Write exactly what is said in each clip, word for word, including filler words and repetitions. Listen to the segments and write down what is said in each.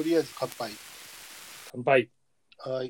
とりあえず乾杯。 乾杯。 はい。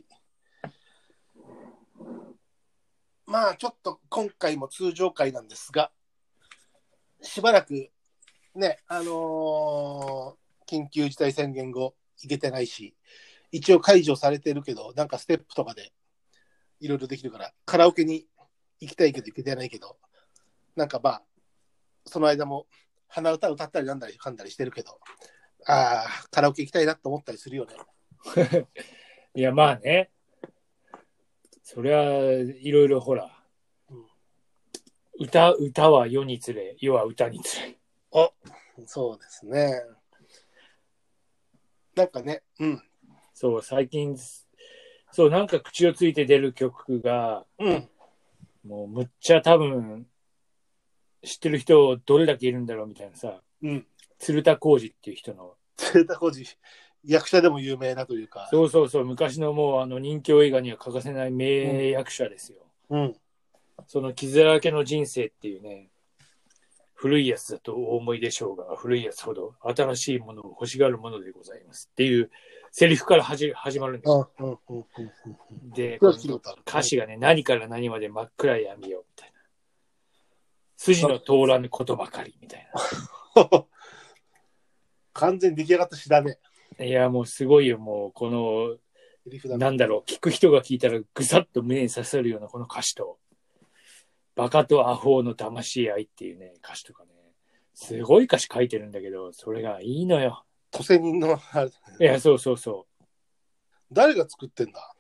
まあちょっと今回も通常回なんですが、しばらくね、あのー、緊急事態宣言後行けてないし、一応解除されてるけど、なんかステップとかでいろいろできるから、カラオケに行きたいけど行けてないけど、なんかまあ、その間も鼻歌歌ったりなんだりかんだりしてるけど、ああ、カラオケ行きたいなと思ったりするよね。 いや、まあね。そりゃ、いろいろほら、うん、歌、歌は世につれ、世は歌につれ。 あ、そうですね。なんかね、うん。 そう、最近、そう、なんか口をついて出る曲が、 うん、 もうむっちゃ多分、知ってる人どれだけいるんだろうみたいなさ、 うん、 鶴田浩二っていう人の。 鶴田浩二、役者でも有名なというか。 そうそうそう、昔のもうあの人気映画には欠かせない名役者ですよ。 うん。 その傷だらけの人生っていうね、古いやつだとお思いでしょうが、古いやつほど新しいものを欲しがるものでございますっていうセリフから始まるんですよ。で、この歌詞がね、何から何まで真っ暗い闇よみたいな。筋の通らぬことばかりみたいな。完全に出来上がった詩だね。 いや、もうすごいよ、もうこの、なんだろう、聞く人が聞いたらぐさっと胸に刺さるようなこの歌詞と、バカとアホの騙し合いっていうね、歌詞とかね、すごい歌詞書いてるんだけど、それがいいのよ。 都世人のあれ、ね、 いや、そうそうそう。 誰が作ってんだ？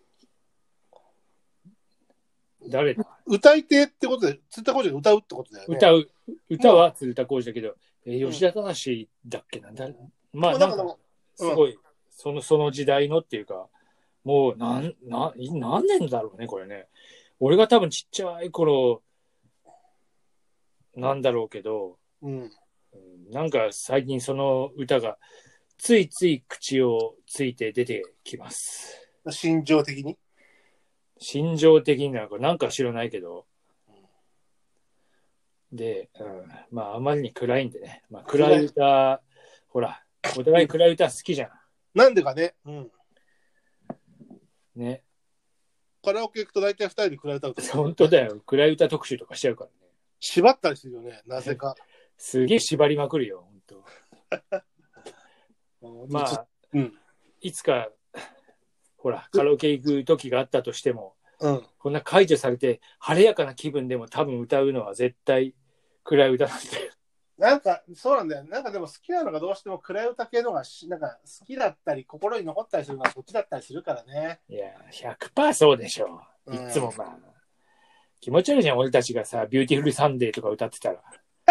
誰だ？ 歌い手ってことで、鶴田浩二が歌うってことだよね。 歌う、歌は鶴田浩二だけど、えー、吉田正だっけなんだ、うん、まあなんか、すごい、うん、その、その時代のっていうか、もうなん、な、何年だろうね、これね。俺が多分ちっちゃい頃、なんだろうけど、 うん、 なんか最近その歌が、ついつい口をついて出てきます。 心情的に心情的になんか、なんか知らないけど、で、うん、まああまりに暗いんでね、まあ、暗い歌、ほら、お互い暗い歌好きじゃん。 なんでかね、うん。 ね。 カラオケ行くと大体ふたりで暗い歌歌う、ね。 本当だよ。暗い歌特集とかしちゃうからね。 縛ったりするよね、なぜか。 すげえ縛りまくるよ、本当。まあ、うん、いつか、ほら、カラオケ行く時があったとしても、うん、こんな解除されて、晴れやかな気分でも多分歌うのは絶対暗い歌なんだよ。 なんか、そうなんだよ。なんかでも好きなのがどうしても暗い歌系のがなんか好きだったり、心に残ったりするのはそっちだったりするからね。 いや、ひゃくパーセント そうでしょ。いつもまあ、うん、気持ち悪いじゃん、俺たちがさ、ビューティフルサンデーとか歌ってたら。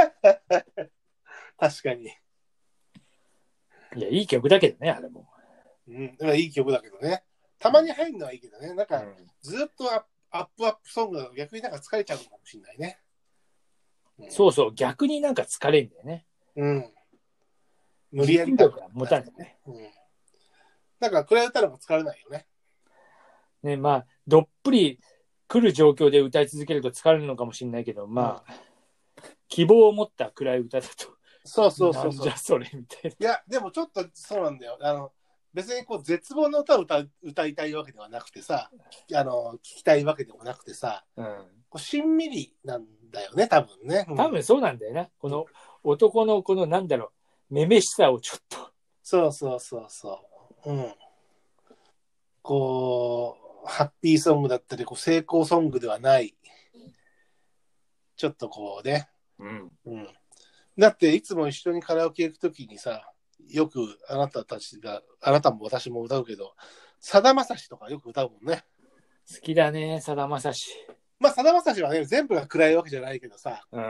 確かに。 いや、いい曲だけどね、あれも。 うん、いい曲だけどね。たまに入るのはいいけどね。なんか、うん、ずっとアップアップアップソングが逆になんか疲れちゃうかもしれないね。 うん、そうそう、逆になんか疲れるんだよね。 うん。無理やり力が持たないね。 うん。なんか暗い歌の方が疲れないよね。 ね、まあ、どっぷり来る状況で歌い続けると疲れるのかもしれないけど、まあ、うん、希望を持った暗い歌だと。 そうそうそうそう。 なんじゃそれみたいな。 いや、でもちょっとそうなんだよ。あの、別にこう絶望の歌を 歌, 歌いたいわけではなくてさ、あの聞きたいわけでもなくてさ、うん、こうしんみりなんだよね、多分ね。 うん、多分そうなんだよな。この男のこのなんだろう、めめしさをちょっと。 そうそうそうそう。うん。こう、ハッピーソングだったり、こう成功ソングではない、ちょっとこうね。うんうん、だっていつも一緒にカラオケ行くときにさ、よくあなたたちが、あなたも私も歌うけど、さだまさしとかよく歌うもんね。 好きだね、さだまさし。 まあ、さだまさしはね、全部が暗いわけじゃないけどさ、うん、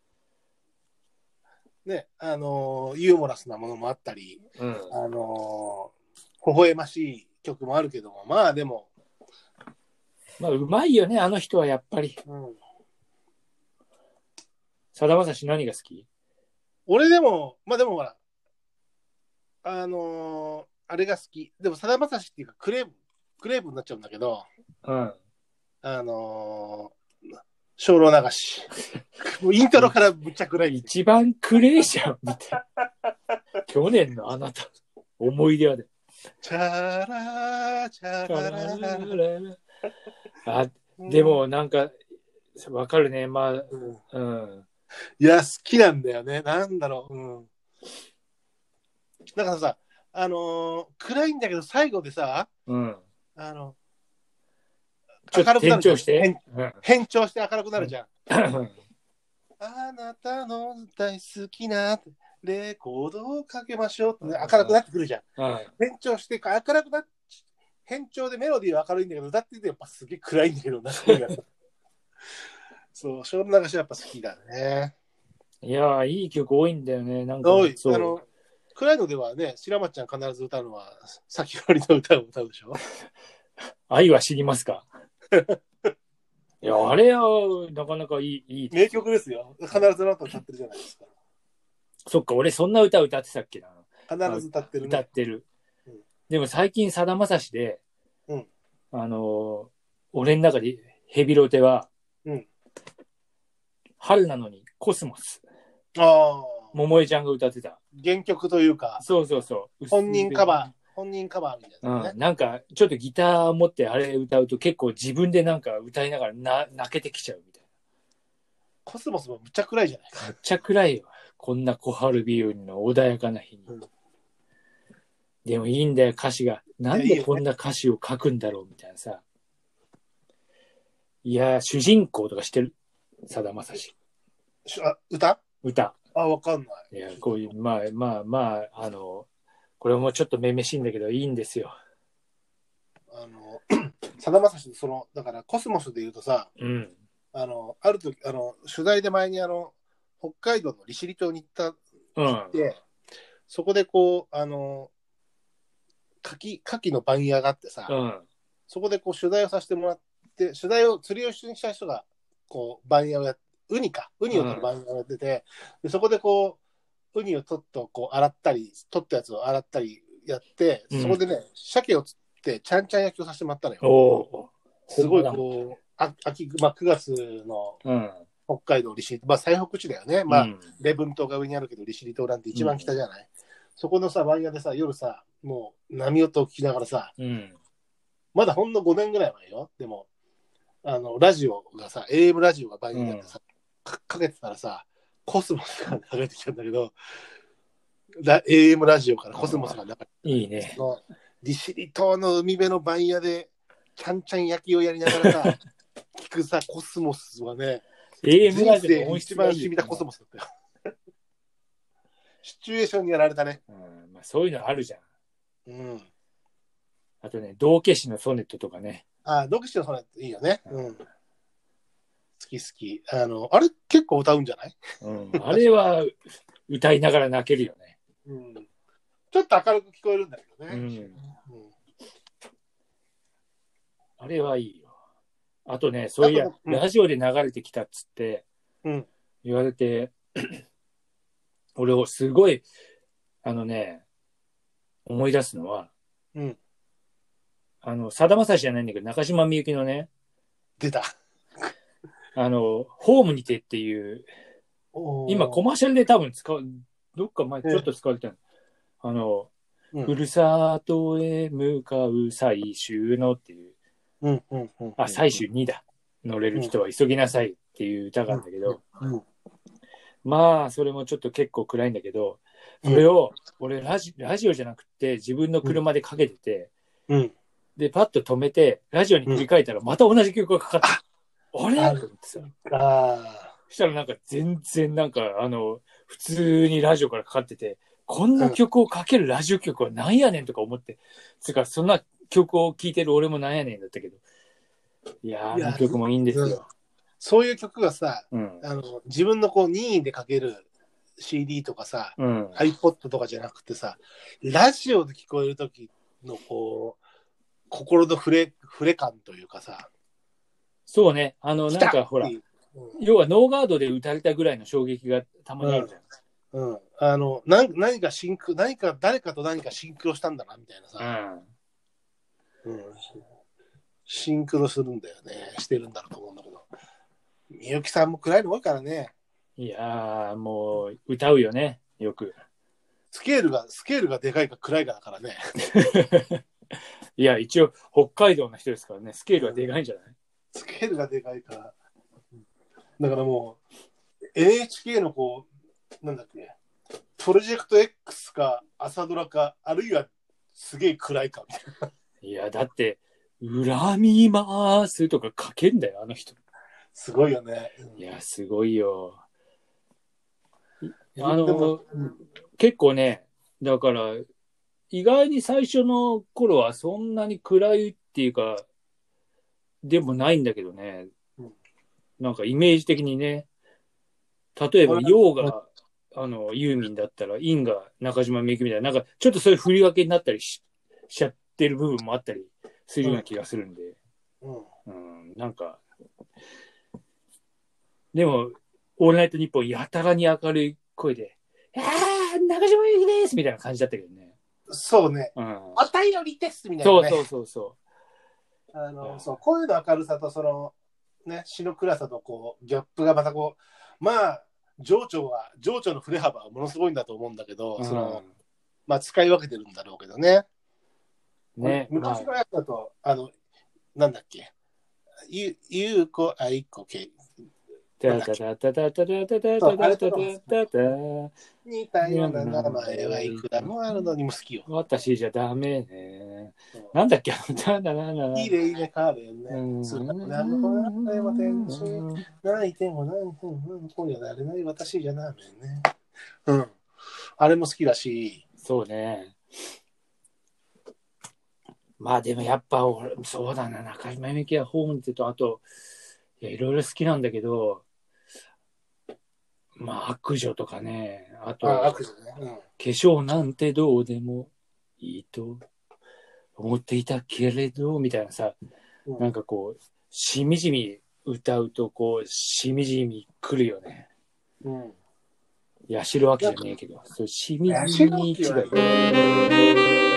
ね、あのー、ユーモラスなものもあったり、うん、あのー、微笑ましい曲もあるけども、まあでも。 まあ、うまいよね、あの人はやっぱり。さだまさし何が好き？ 俺でも、まあでもほら、あのー、あれが好き。でも、さだまさしっていうか、クレープ、クレープになっちゃうんだけど、うん、あのー、精霊流し。もうイントロからぶっちゃ暗い。 一番クレーじゃん、みたいな。去年のあなた。 思い出はで。 チャラー、チャラー。 あ、でもなんか、わかるね。まあ、 うん。 うん。 いや、好きなんだよね。なんだろう。うん。だからさ、あのー暗いんだけど、最後でさ、 うん。 あの、 ちょっと転明るくなるじゃん。 調して。 変うん。 変調して明るくなるじゃん。 うんあなたの大好きなレコードをかけましょうって、ね、明るくなってくるじゃん。変調して明るくなっ変調でメロディーは明るいんだけど、歌っててやっぱすげえ暗いんだけどな。そう、湘南流しはやっぱ好きだね。 いやー、いい曲多いんだよね。なんか、 おい、 そう。 あの、暗いのではね、白松ちゃん必ず歌うのは、先ほりの歌を歌うでしょ。 愛は知りますか？いや、あれはなかなかいい、いい。 名曲ですよ。必ずあなた歌ってるじゃないですか。 そっか、俺そんな歌歌ってたっけな。 必ず歌ってるね。 歌ってる。 うん、 でも最近、さだまさしで、 うん、 あのー、俺の中でヘビロテは、 うん、 春なのにコスモス。 ああ。 桃江ちゃんが歌ってた。 原曲というか、 そうそうそう。 本人カバー、本人カバーみたいな、ね。 うん。なんか、ちょっとギター持ってあれ歌うと結構自分でなんか歌いながらな泣けてきちゃうみたいな。 コスモスもむっちゃ暗いじゃないか。 めっちゃ暗いよ。こんな小春日和の穏やかな日に。うん、でもいいんだよ、歌詞が。なんでこんな歌詞を書くんだろうみたいなさ。いや、主人公とかしてる？さだまさし。 あ、歌歌。 あ、わかんない。 いや、こういう、まあまあまあ、あの、これもちょっとめめしいんだけど、いいんですよ。 あの、さだまさしのその、だからコスモスで言うとさ、 うん。 あの、ある時、あの、取材で前にあの、北海道の利尻島に行った、行って、うん、そこでこう、あの、牡蠣、牡蠣の番屋があってさ、うん、そこでこう取材をさせてもらって、取材を、釣りを一緒にした人が、こう、番屋をやって、ウニか、ウニを取る番屋をやってて、うん、でそこでこう、ウニを取っと、こう、洗ったり、取ったやつを洗ったりやって、そこでね、うん、鮭を釣って、ちゃんちゃん焼きをさせてもらったのよ。おすごいこう、あ秋、まあ、くがつの北海道利尻島、まあ、最北地だよね。まあ、うん、礼文島が上にあるけど、利尻島なんて一番北じゃない。うん、そこのさ、番屋でさ、夜さ、もう波音を聞きながらさ、うん、まだほんのごねんぐらい前よ。でも、あの、ラジオがさ、エーエム ラジオが番屋になってさ、うん、か, かけてたらさ、コスモスが流れてきたんだけど、エーエム ラジオからコスモスが流れてきた。 いいね。 利尻島の海辺の番屋で、ちゃんちゃん焼きをやりながらさ、聞くさ、コスモスはね、 エーエム ラジオで一番染みたコスモスだったよ。シチュエーションにやられたね。 うんまあ、そういうのあるじゃん。 うん。 あとね、道化師のソネットとかね。 ああ、道化師のソネットいいよね。うん。好き好き。あの、あれ結構歌うんじゃない？ うん。あれは歌いながら泣けるよね。 うん。ちょっと明るく聞こえるんだけどね。うん。うん、 あれはいいよ。あとね、そういや、うん、ラジオで流れてきたっつって、うん、言われて、俺をすごい、あのね、思い出すのは、うん、あの、さだまさしじゃないんだけど、中島みゆきのね、 出た。 あの、ホームにてっていう、今コマーシャルで多分使う、どっか前ちょっと使われたの。あの、うん、ふるさとへ向かう最終のっていう、うんうんうんうん、あ、最終にだ。乗れる人は急ぎなさいっていう歌があるんだけど、うんうん、まあ、それもちょっと結構暗いんだけど、それを俺ラジ、ラジオじゃなくて自分の車でかけてて、うん、で、パッと止めて、ラジオに切り替えたらまた同じ曲がかかった。うん、あれと思ってさ。あそしたらなんか全然なんか、あの、普通にラジオからかかってて、こんな曲をかけるラジオ局はなんやねんとか思って、つうか、そんな曲を聴いてる俺もなんやねんだったけど、いやー、あの曲もいいんですよ、うん。 そういう曲がさ、うん、あの自分のこう任意でかける シーディー とかさ、うん、iPod とかじゃなくてさ、ラジオで聞こえる時のこう、心の触れ、触れ感というかさ。 そうね、あの、なんかほら、うん、要はノーガードで打たれたぐらいの衝撃がたまにあるじゃん。 うん。うん、あの、な何かシンク、何か、誰かと何かシンクロしたんだな、みたいなさ。うん。うん、シンクロするんだよね。してるんだろうと思うんだけど。みゆきさんも暗いの多いからね。 いやー、もう、歌うよね、よく。 スケールが、スケールがでかいか暗いかだからね。 いや、一応、北海道の人ですからね、スケールはでかいんじゃない？ スケールがでかいから。だからもう、エヌエイチケー のこう、なんだっけ、プロジェクト X か朝ドラか、あるいはすげえ暗いかみたいな。 いや、だって、恨みまーすとか書けんだよ、あの人。 すごいよね。 いや、すごいよ。あでもの、 うん結構ね、だから、意外に最初の頃はそんなに暗いっていうか、でもないんだけどね。 うんなんかイメージ的にね、例えば、陽が、あの、ユーミンだったら、陰が中島みゆきみたいな、なんか、ちょっとそういう振り分けになったり し, しちゃってる部分もあったりするような気がするんで、 うんうん、なんか、でも、オールナイトニッポンやたらに明るい声で、あー、中島みゆきですみたいな感じだったけどね。 そうね。 うん、 あたいよりですみたいな、ね。 そうそうそうそう。 あの、そう、声の明るさと、その、ね、詩の暗さと、こう、ギャップがまたこう、まあ、情緒は、情緒の振れ幅はものすごいんだと思うんだけど、 うん、 その、まあ、使い分けてるんだろうけどね。 ね、 昔のやつだと、まあ、あの、なんだっけ、ゆ、ゆうこ、あいこけ、 タタタタタタタタタタタタタ似たような名前はいくらもあるのにも好きよ。 私じゃダメね。なんだっけ、あの、だだだだ。 きれいね、カーレンね。つらくなるほどな、でも天使。泣いても泣いても、今夜なれない私じゃダメね。うん。あれも好きだし。 そうね。まあでもやっぱ俺、そうだな、中島みゆきはホーンテと、あと、いや、いろいろ好きなんだけど、まあ悪女とかね、あと、 あ、悪女ね。うん。 化粧なんてどうでもいいと思っていたけれど、みたいなさ、 うん、 なんかこう、しみじみ歌うと、こう、しみじみくるよね。 うん。 八代亜紀じゃねえけど、そうしみじみ違い。